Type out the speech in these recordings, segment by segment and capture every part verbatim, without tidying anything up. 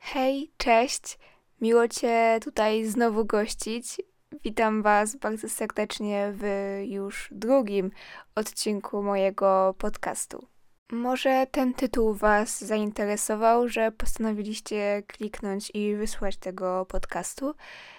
Hej, cześć! Miło Cię tutaj znowu gościć. Witam Was bardzo serdecznie w już drugim odcinku mojego podcastu. Może ten tytuł Was zainteresował, że postanowiliście kliknąć i wysłuchać tego podcastu.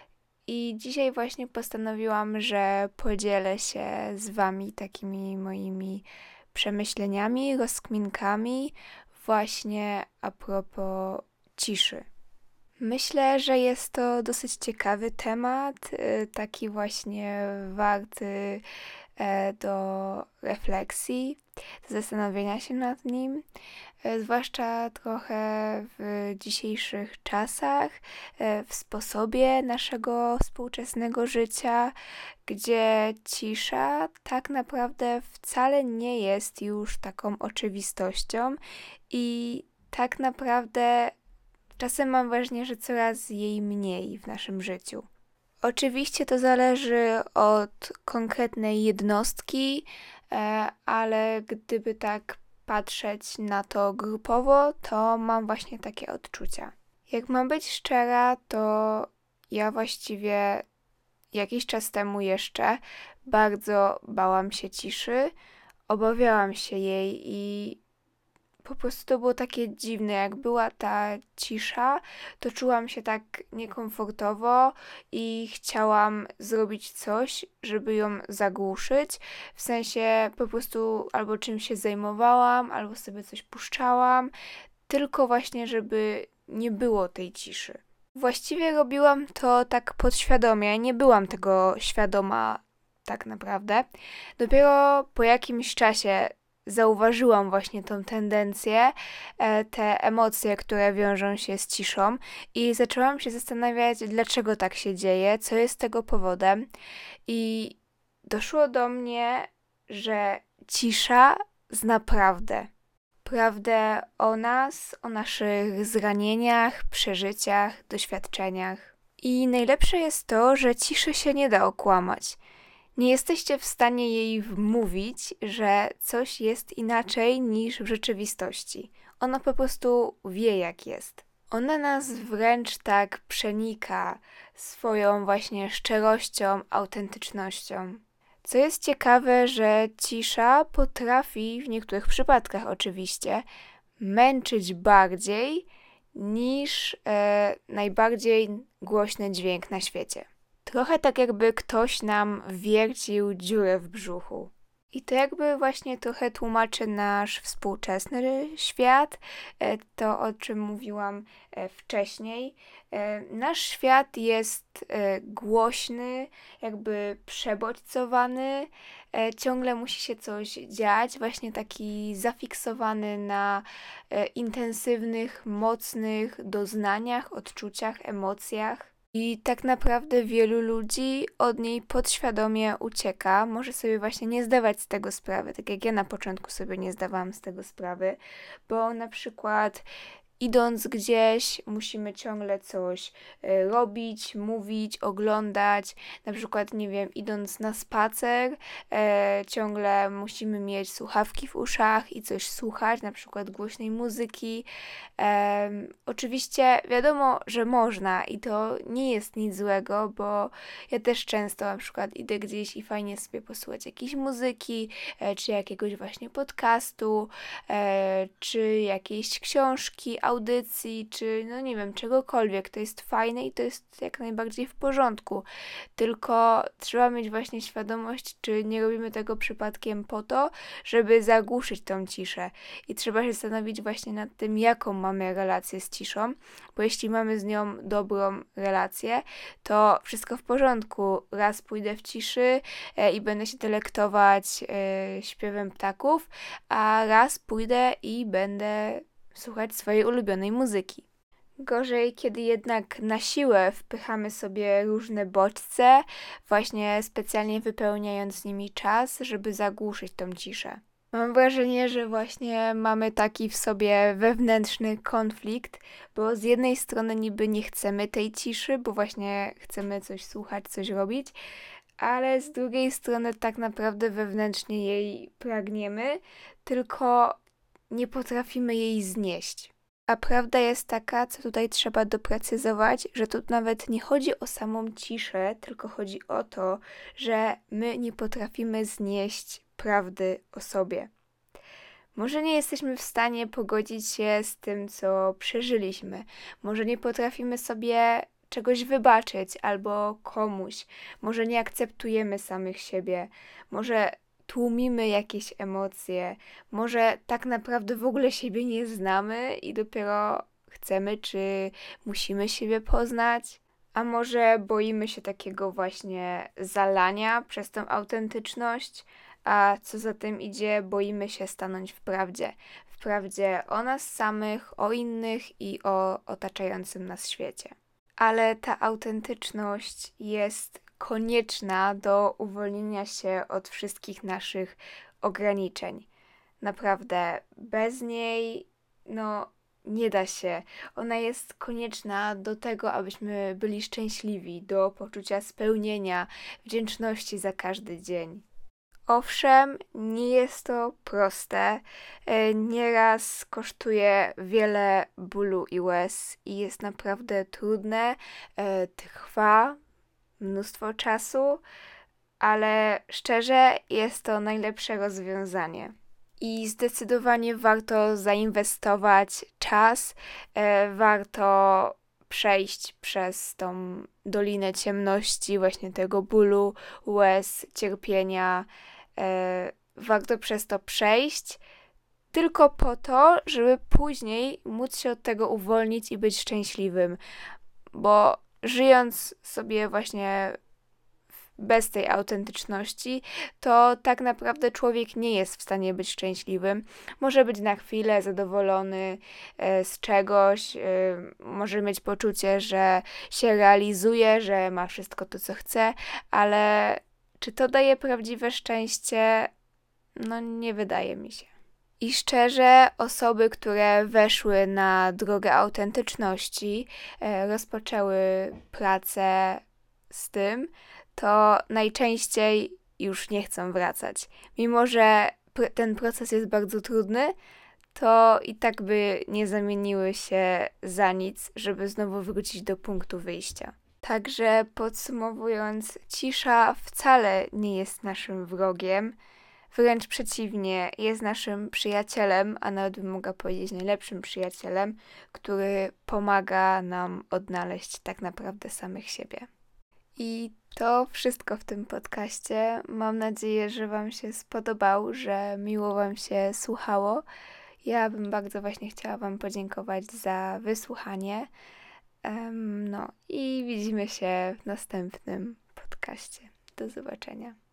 I dzisiaj właśnie postanowiłam, że podzielę się z Wami takimi moimi przemyśleniami, rozkminkami właśnie a propos ciszy. Myślę, że jest to dosyć ciekawy temat, y, taki właśnie warty e, do refleksji, do zastanowienia się nad nim, e, zwłaszcza trochę w dzisiejszych czasach, e, w sposobie naszego współczesnego życia, gdzie cisza tak naprawdę wcale nie jest już taką oczywistością i tak naprawdę czasem mam wrażenie, że coraz jej mniej w naszym życiu. Oczywiście to zależy od konkretnej jednostki, e, ale gdyby tak patrzeć na to grupowo, to mam właśnie takie odczucia. Jak mam być szczera, to ja właściwie jakiś czas temu jeszcze bardzo bałam się ciszy, obawiałam się jej i po prostu to było takie dziwne, jak była ta cisza, to czułam się tak niekomfortowo i chciałam zrobić coś, żeby ją zagłuszyć. W sensie po prostu albo czymś się zajmowałam, albo sobie coś puszczałam, tylko właśnie, żeby nie było tej ciszy. Właściwie robiłam to tak podświadomie, nie byłam tego świadoma tak naprawdę. Dopiero po jakimś czasie zauważyłam właśnie tą tendencję, e, te emocje, które wiążą się z ciszą i zaczęłam się zastanawiać, dlaczego tak się dzieje, co jest tego powodem i doszło do mnie, że cisza zna prawdę. Prawdę o nas, o naszych zranieniach, przeżyciach, doświadczeniach. I najlepsze jest to, że ciszy się nie da okłamać. Nie jesteście w stanie jej wmówić, że coś jest inaczej niż w rzeczywistości. Ona po prostu wie, jak jest. Ona nas wręcz tak przenika swoją właśnie szczerością, autentycznością. Co jest ciekawe, że cisza potrafi, w niektórych przypadkach oczywiście, męczyć bardziej niż e, najbardziej głośny dźwięk na świecie. Trochę tak jakby ktoś nam wiercił dziurę w brzuchu. I to jakby właśnie trochę tłumaczy nasz współczesny świat, e, to o czym mówiłam e, wcześniej. E, Nasz świat jest e, głośny, jakby przebodźcowany, e, ciągle musi się coś dziać, właśnie taki zafiksowany na e, intensywnych, mocnych doznaniach, odczuciach, emocjach. I tak naprawdę wielu ludzi od niej podświadomie ucieka, może sobie właśnie nie zdawać z tego sprawy, tak jak ja na początku sobie nie zdawałam z tego sprawy, bo na przykład idąc gdzieś musimy ciągle coś e, robić, mówić, oglądać. Na przykład, nie wiem, idąc na spacer, e, ciągle musimy mieć słuchawki w uszach i coś słuchać, na przykład głośnej muzyki. E, oczywiście wiadomo, że można i to nie jest nic złego, bo ja też często na przykład idę gdzieś i fajnie sobie posłuchać jakiejś muzyki, e, czy jakiegoś właśnie podcastu, e, czy jakiejś książki, audycji, czy no nie wiem, czegokolwiek. To jest fajne i to jest jak najbardziej w porządku. Tylko trzeba mieć właśnie świadomość, czy nie robimy tego przypadkiem po to, żeby zagłuszyć tą ciszę. I trzeba się zastanowić właśnie nad tym, jaką mamy relację z ciszą, bo jeśli mamy z nią dobrą relację, to wszystko w porządku. Raz pójdę w ciszy e, i będę się delektować e, śpiewem ptaków, a raz pójdę i będę słuchać swojej ulubionej muzyki. Gorzej, kiedy jednak na siłę wpychamy sobie różne bodźce, właśnie specjalnie wypełniając nimi czas, żeby zagłuszyć tą ciszę. Mam wrażenie, że właśnie mamy taki w sobie wewnętrzny konflikt, bo z jednej strony niby nie chcemy tej ciszy, bo właśnie chcemy coś słuchać, coś robić, ale z drugiej strony tak naprawdę wewnętrznie jej pragniemy, tylko nie potrafimy jej znieść. A prawda jest taka, co tutaj trzeba doprecyzować, że tu nawet nie chodzi o samą ciszę, tylko chodzi o to, że my nie potrafimy znieść prawdy o sobie. Może nie jesteśmy w stanie pogodzić się z tym, co przeżyliśmy. Może nie potrafimy sobie czegoś wybaczyć albo komuś. Może nie akceptujemy samych siebie. Może tłumimy jakieś emocje. Może tak naprawdę w ogóle siebie nie znamy i dopiero chcemy czy musimy siebie poznać. A może boimy się takiego właśnie zalania przez tą autentyczność, a co za tym idzie, boimy się stanąć w prawdzie. W prawdzie o nas samych, o innych i o otaczającym nas świecie. Ale ta autentyczność jest konieczna do uwolnienia się od wszystkich naszych ograniczeń. Naprawdę, bez niej, no, nie da się. Ona jest konieczna do tego, abyśmy byli szczęśliwi, do poczucia spełnienia, wdzięczności za każdy dzień. Owszem, nie jest to proste. E, Nieraz kosztuje wiele bólu i łez i jest naprawdę trudne. E, Trwa mnóstwo czasu, ale szczerze jest to najlepsze rozwiązanie. I zdecydowanie warto zainwestować czas, e, warto przejść przez tą dolinę ciemności, właśnie tego bólu, łez, cierpienia. E, warto przez to przejść, tylko po to, żeby później móc się od tego uwolnić i być szczęśliwym. Bo żyjąc sobie właśnie bez tej autentyczności, to tak naprawdę człowiek nie jest w stanie być szczęśliwym. Może być na chwilę zadowolony e, z czegoś, e, może mieć poczucie, że się realizuje, że ma wszystko to, co chce, ale czy to daje prawdziwe szczęście? No nie wydaje mi się. I szczerze, osoby, które weszły na drogę autentyczności, e, rozpoczęły pracę z tym, to najczęściej już nie chcą wracać. Mimo że pr- ten proces jest bardzo trudny, to i tak by nie zamieniły się za nic, żeby znowu wrócić do punktu wyjścia. Także podsumowując, cisza wcale nie jest naszym wrogiem, wręcz przeciwnie, jest naszym przyjacielem, a nawet bym mogła powiedzieć najlepszym przyjacielem, który pomaga nam odnaleźć tak naprawdę samych siebie. I to wszystko w tym podcaście. Mam nadzieję, że Wam się spodobał, że miło Wam się słuchało. Ja bym bardzo właśnie chciała Wam podziękować za wysłuchanie. Um, no i widzimy się w następnym podcaście. Do zobaczenia.